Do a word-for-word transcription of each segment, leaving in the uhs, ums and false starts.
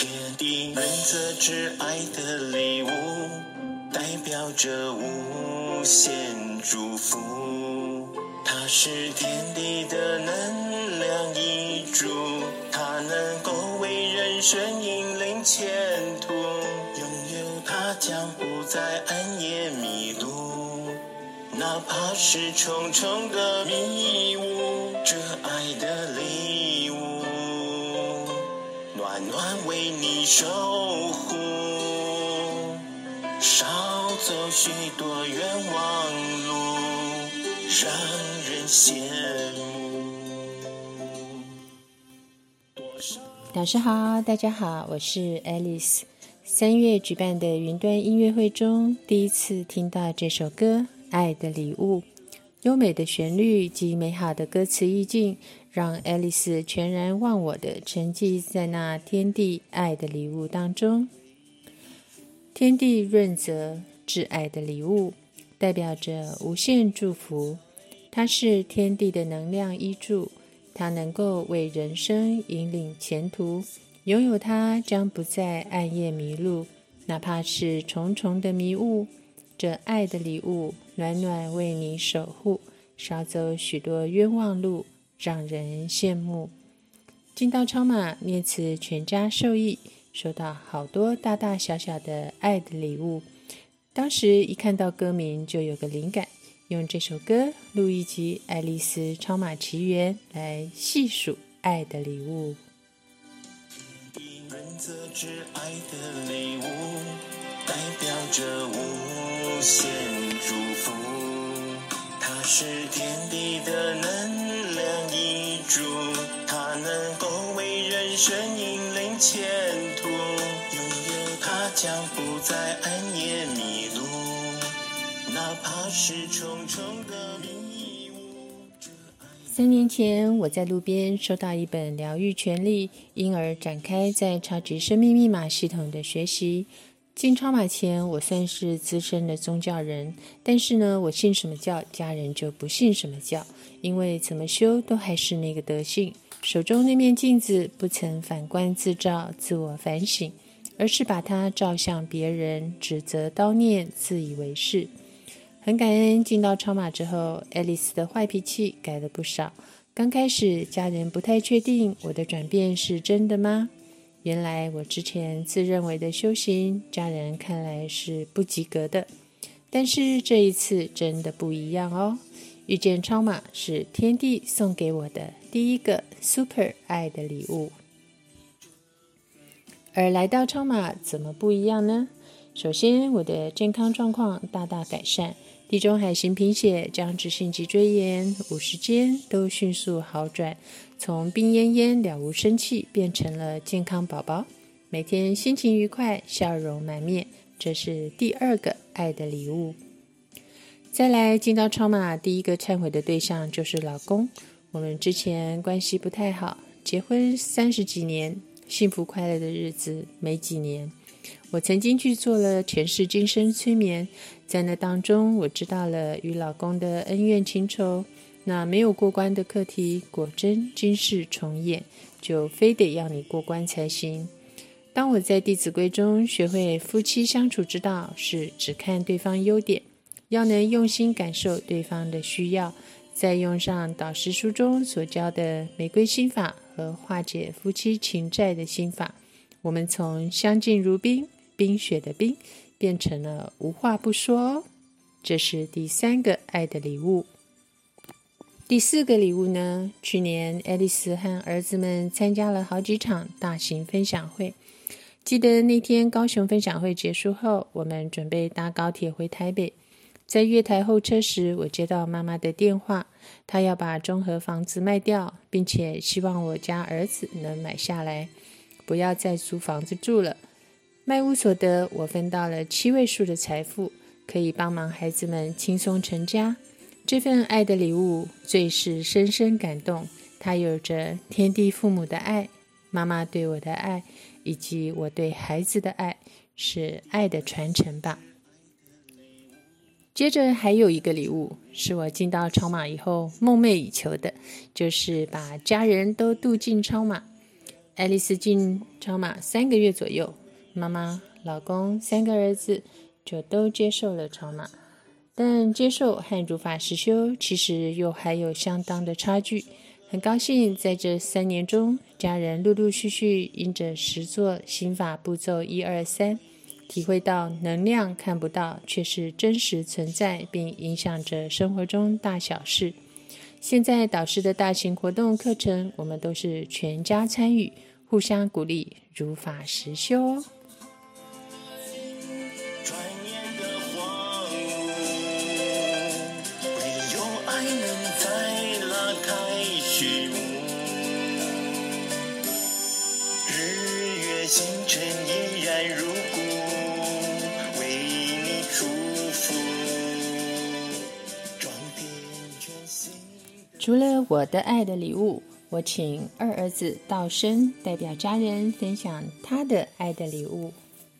天地润泽之爱的礼物，代表着无限祝福。它是天地的能量一注，它能够为人生引领前途。拥有它将不再暗夜迷路，哪怕是重重的迷雾。这爱的礼物，暖暖为你守护，少走许多冤枉路，让人羡慕。 老师好，大家好，我是 Alice。三月举办的云端音乐会中，第一次听到这首歌《爱的礼物》，优美的旋律及美好的歌词意境，让 Alice 全然忘我的沉寂在那天地爱的礼物当中。天地润泽至爱的礼物，代表着无限祝福。它是天地的能量依注，它能够为人生引领前途。拥有它将不再暗夜迷路，哪怕是重重的迷雾。这爱的礼物，暖暖为你守护，少走许多冤枉路，让人羡慕。进到超马念慈全家受益，收到好多大大小小的爱的礼物。当时一看到歌名就有个灵感，用这首歌录一集《爱丽丝超马奇缘》来细数爱的礼物。 润泽之爱的礼物，代表着无限祝福。它是天地的能量一注，它能够为人生引领前途。拥有它将不再暗夜迷路，哪怕是重重的迷雾。 三年前，我在路边收到一本《疗愈权利》，因而展开在超级生命密码系统的学习。进超马前，我算是资深的宗教人，但是呢，我信什么教，家人就不信什么教，因为怎么修都还是那个德性。手中那面镜子不曾反观自照、自我反省，而是把它照向别人，指责叨念，自以为是。很感恩进到超马之后，爱丽丝的坏脾气改了不少。刚开始家人不太确定我的转变是真的吗？原来我之前自认为的修行，家人看来是不及格的。但是这一次真的不一样哦！遇见超马是天地送给我的第一个 super 爱的礼物。而来到超马怎么不一样呢？首先，我的健康状况大大改善，地中海型贫血、僵直性脊椎炎、五十肩都迅速好转，从病恹恹了无生气变成了健康宝宝，每天心情愉快，笑容满面，这是第二个爱的礼物。再来进到超马，第一个忏悔的对象就是老公。我们之前关系不太好，结婚三十几年，幸福快乐的日子没几年。我曾经去做了前世今生催眠，在那当中我知道了与老公的恩怨情仇，那没有过关的课题果真今世重演，就非得要你过关才行。当我在弟子规中学会夫妻相处之道，是只看对方优点，要能用心感受对方的需要，再用上导师书中所教的玫瑰心法和化解夫妻情债的心法，我们从相敬如宾，冰雪的冰，变成了无话不说哦。这是第三个爱的礼物。第四个礼物呢，去年爱丽丝和儿子们参加了好几场大型分享会。记得那天高雄分享会结束后，我们准备搭高铁回台北。在月台候车时，我接到妈妈的电话，她要把中和房子卖掉，并且希望我家儿子能买下来，不要再租房子住了。卖屋所得，我分到了七位数的财富，可以帮忙孩子们轻松成家。这份爱的礼物最是深深感动，它有着天地父母的爱，妈妈对我的爱，以及我对孩子的爱，是爱的传承吧。接着还有一个礼物，是我进到超马以后梦寐以求的，就是把家人都渡进超马。 爱丽丝进超马三个月左右，妈妈、老公、三个儿子就都接受了超马。但接受和如法实修其实又还有相当的差距。很高兴在这三年中，家人陆陆续续因着实作心法步骤一二三，体会到能量看不到，却是真实存在，并影响着生活中大小事。现在导师的大型活动课程，我们都是全家参与，互相鼓励，如法实修哦。 星辰依然如故，为你祝福。 除了我的爱的礼物，我请二儿子道生代表家人分享他的爱的礼物。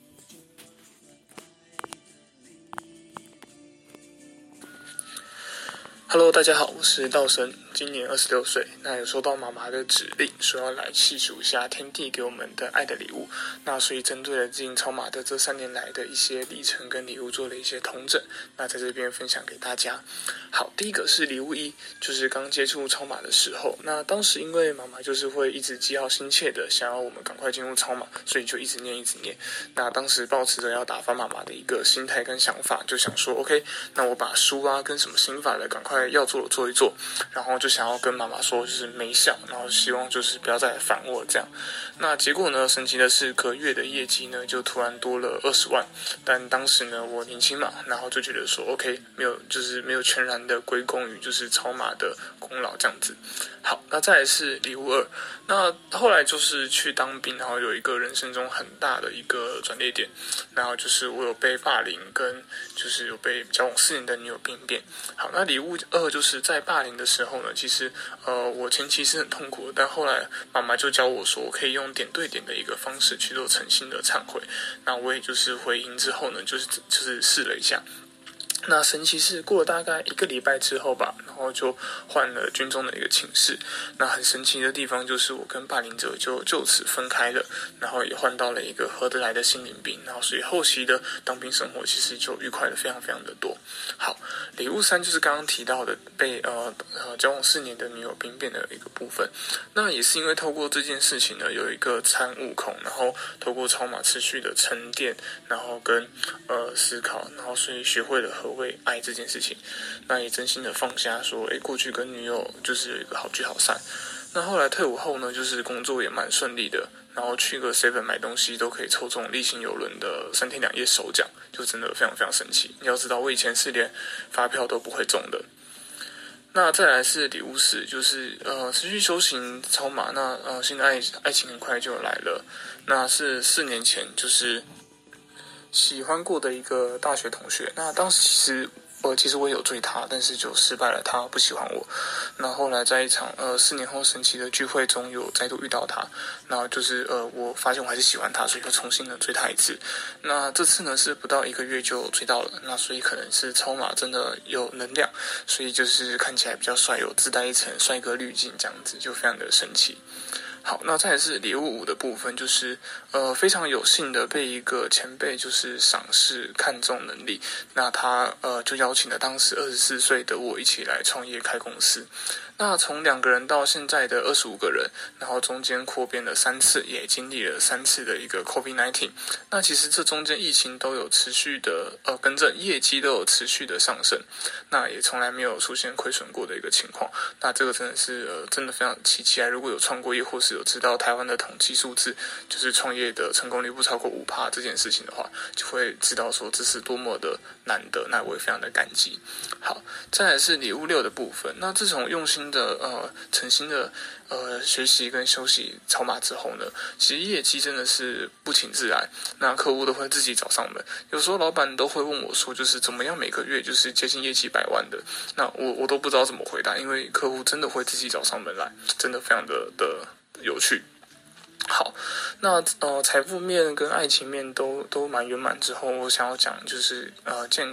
Hello， 大家好，我是道生，今年二十六岁。那有收到妈妈的指令，说要来细数一下天地给我们的爱的礼物。那所以针对了进超马的这三年来的一些历程跟礼物做了一些统整，那在这边分享给大家。好，第一个是礼物一，就是刚接触超马的时候，那当时因为妈妈就是会一直记号心切的想要我们赶快进入超马，所以就一直念一直念。那当时抱持着要打发妈妈的一个心态跟想法，就想说 OK， 那我把书啊跟什么心法的赶快要做的做一做，然后就想要跟妈妈说就是没效，然后希望就是不要再来烦我这样。那结果呢，神奇的是隔月的业绩呢就突然多了二十万，但当时呢我年轻嘛，然后就觉得说 OK， 没有就是没有全然的归功于就是超马的功劳这样子。好，那再来是礼物二，那后来就是去当兵，然后有一个人生中很大的一个转捩点，然后就是我有被霸凌，跟就是有被交往四年的女友兵变。好，那礼物二就是在霸凌的时候呢，其实呃我前期是很痛苦的，但后来妈妈就教我说，我可以用点对点的一个方式去做诚心的忏悔。那我也就是回应之后呢，就是就是试了一下。那神奇是过了大概一个礼拜之后吧，然后就换了军中的一个寝室。那很神奇的地方就是我跟霸凌者就就此分开了，然后也换到了一个合得来的心灵兵，然后所以后期的当兵生活其实就愉快的非常非常的多。好，礼物三就是刚刚提到的被呃呃交往四年的女友兵变的一个部分。那也是因为透过这件事情呢，有一个参悟空，然后透过超马持续的沉淀，然后跟呃思考，然后所以学会了何为爱这件事情。那也真心的放下说，诶，过去跟女友就是有一个好聚好散。那后来退伍后呢，就是工作也蛮顺利的，然后去个 seven 买东西都可以抽中立信邮轮的三天两夜首奖，就真的非常非常神奇。你要知道，我以前是连发票都不会中的。那再来是礼物四，就是呃持续修行超马，那呃新的爱爱情很快就来了。那是四年前就是喜欢过的一个大学同学，那当时其实呃其实我也有追他，但是就失败了，他不喜欢我。那后来在一场呃四年后神奇的聚会中，有再度遇到他，然后就是呃我发现我还是喜欢他，所以又重新的追他一次。那这次呢是不到一个月就追到了，那所以可能是超马真的有能量，所以就是看起来比较帅，有自带一层帅哥滤镜，这样子就非常的神奇。好，那再来是礼物五的部分，就是呃非常有幸的被一个前辈就是赏识看中能力，那他呃就邀请了当时二十四岁的我一起来创业开公司。那从两个人到现在的二十五个人，然后中间扩编了三次，也经历了三次的一个 COVID 十九。那其实这中间疫情都有持续的呃跟着业绩都有持续的上升，那也从来没有出现亏损过的一个情况。那这个真的是呃真的非常奇奇怪，如果有创过业或是有知道台湾的统计数字，就是创业的成功率不超过 百分之五 这件事情的话，就会知道说这是多么的难得，那我也非常的感激。好，再来是礼物六的部分。那自从用心的呃诚心的呃学习跟休息超马之后呢，其实业绩真的是不请自来，那客户都会自己找上门。有时候老板都会问我说，就是怎么样每个月就是接近业绩百万的，那我我都不知道怎么回答，因为客户真的会自己找上门来，真的非常的的有趣。好，那呃财富面跟爱情面都都蛮圆满之后，我想要讲就是呃健康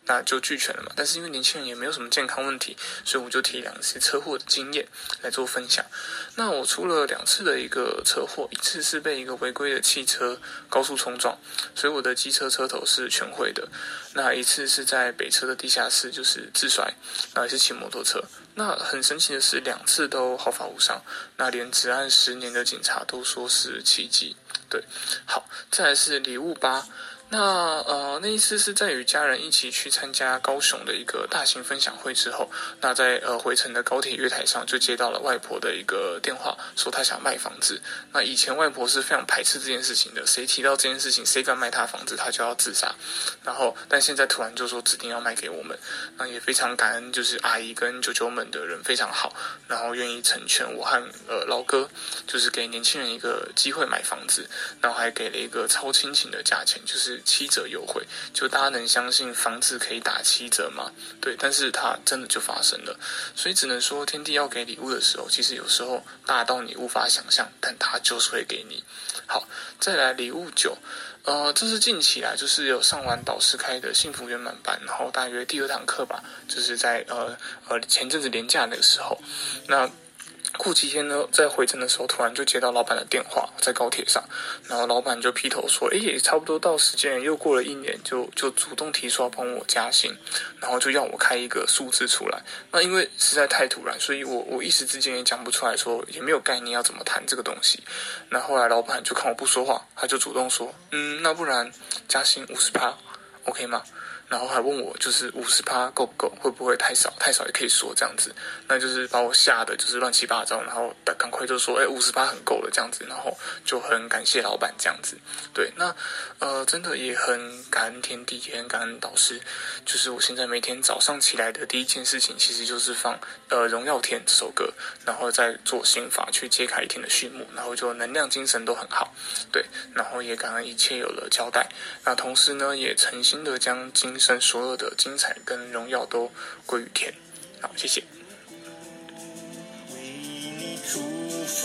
那就俱全了嘛。但是因为年轻人也没有什么健康问题，所以我就提两次车祸的经验来做分享。那我出了两次的一个车祸，一次是被一个违规的汽车高速冲撞，所以我的机车车头是全毁的。那一次是在北车的地下室，就是自摔，那也是骑摩托车。那很神奇的是，两次都毫发无伤，那连执案十年的警察都说是奇迹。对，好，再来是礼物吧。那呃那一次是在与家人一起去参加高雄的一个大型分享会之后，那在呃回程的高铁月台上就接到了外婆的一个电话，说她想卖房子。那以前外婆是非常排斥这件事情的，谁提到这件事情，谁敢卖她房子，她就要自杀。然后但现在突然就说指定要卖给我们，那也非常感恩，就是阿姨跟舅舅们的人非常好，然后愿意成全我和呃老哥，就是给年轻人一个机会买房子，然后还给了一个超亲情的价钱，就是七折优惠。就大家能相信房子可以打七折吗？对，但是它真的就发生了。所以只能说天地要给礼物的时候，其实有时候大到你无法想象，但它就是会给你。好，再来礼物九，呃，这是近期来就是有上完导师开的幸福圆满班，然后大约第二堂课吧，就是在呃呃前阵子连假那个时候，那过几天呢，在回程的时候，突然就接到老板的电话，在高铁上，然后老板就劈头说：“哎，也差不多到时间，又过了一年，就就主动提出要帮我加薪，然后就要我开一个数字出来。那因为实在太突然，所以我我一时之间也讲不出来说，也没有概念要怎么谈这个东西。那后来老板就看我不说话，他就主动说：嗯，那不然加薪五十趴 ，OK 吗？”然后还问我就是五十趴够不够，会不会太少？太少也可以说这样子，那就是把我吓得就是乱七八糟，然后赶快就说，哎，五十趴很够了这样子，然后就很感谢老板这样子。对，那呃真的也很感恩天地，也很感恩导师。就是我现在每天早上起来的第一件事情，其实就是放呃《荣耀天》这首歌，然后再做心法去揭开一天的序幕，然后就能量精神都很好。对，然后也感恩一切有了交代。那同时呢，也诚心的将今生所有的精彩跟荣耀都归于天。好，谢谢。 为你祝福，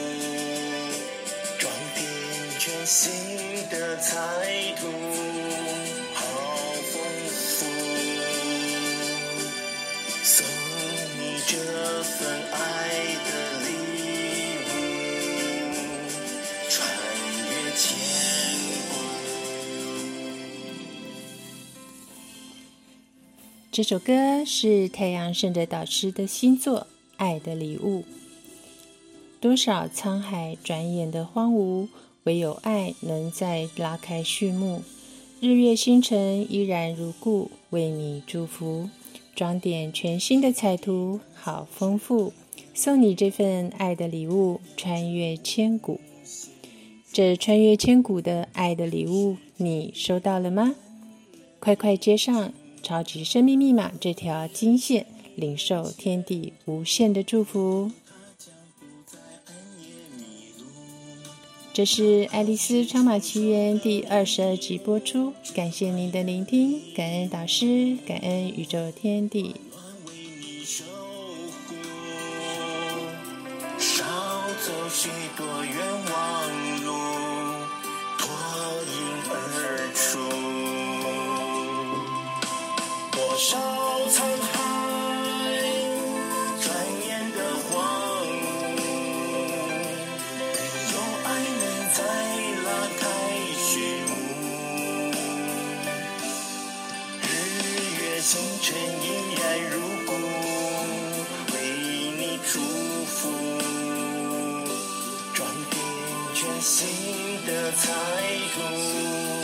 装点全新的彩图，好丰富，送你这份爱的礼物，穿越千这首歌是太阳圣德导师的新作《爱的礼物》。多少沧海转眼的荒芜，唯有爱能再拉开序幕。日月星辰依然如故，为你祝福，装点全新的彩图，好丰富，送你这份爱的礼物，穿越千古。这穿越千古的爱的礼物，你收到了吗？快快接上超级生命密码这条金线，领受天地无限的祝福。这是《爱丽丝超马奇缘》第二十二集播出，感谢您的聆听，感恩导师，感恩宇宙天地。 少走许多冤枉路，脱颖而出。多少沧海，转眼的荒芜，有爱能再拉开序幕。日月星辰依然如故，为你祝福，装点全新的彩图。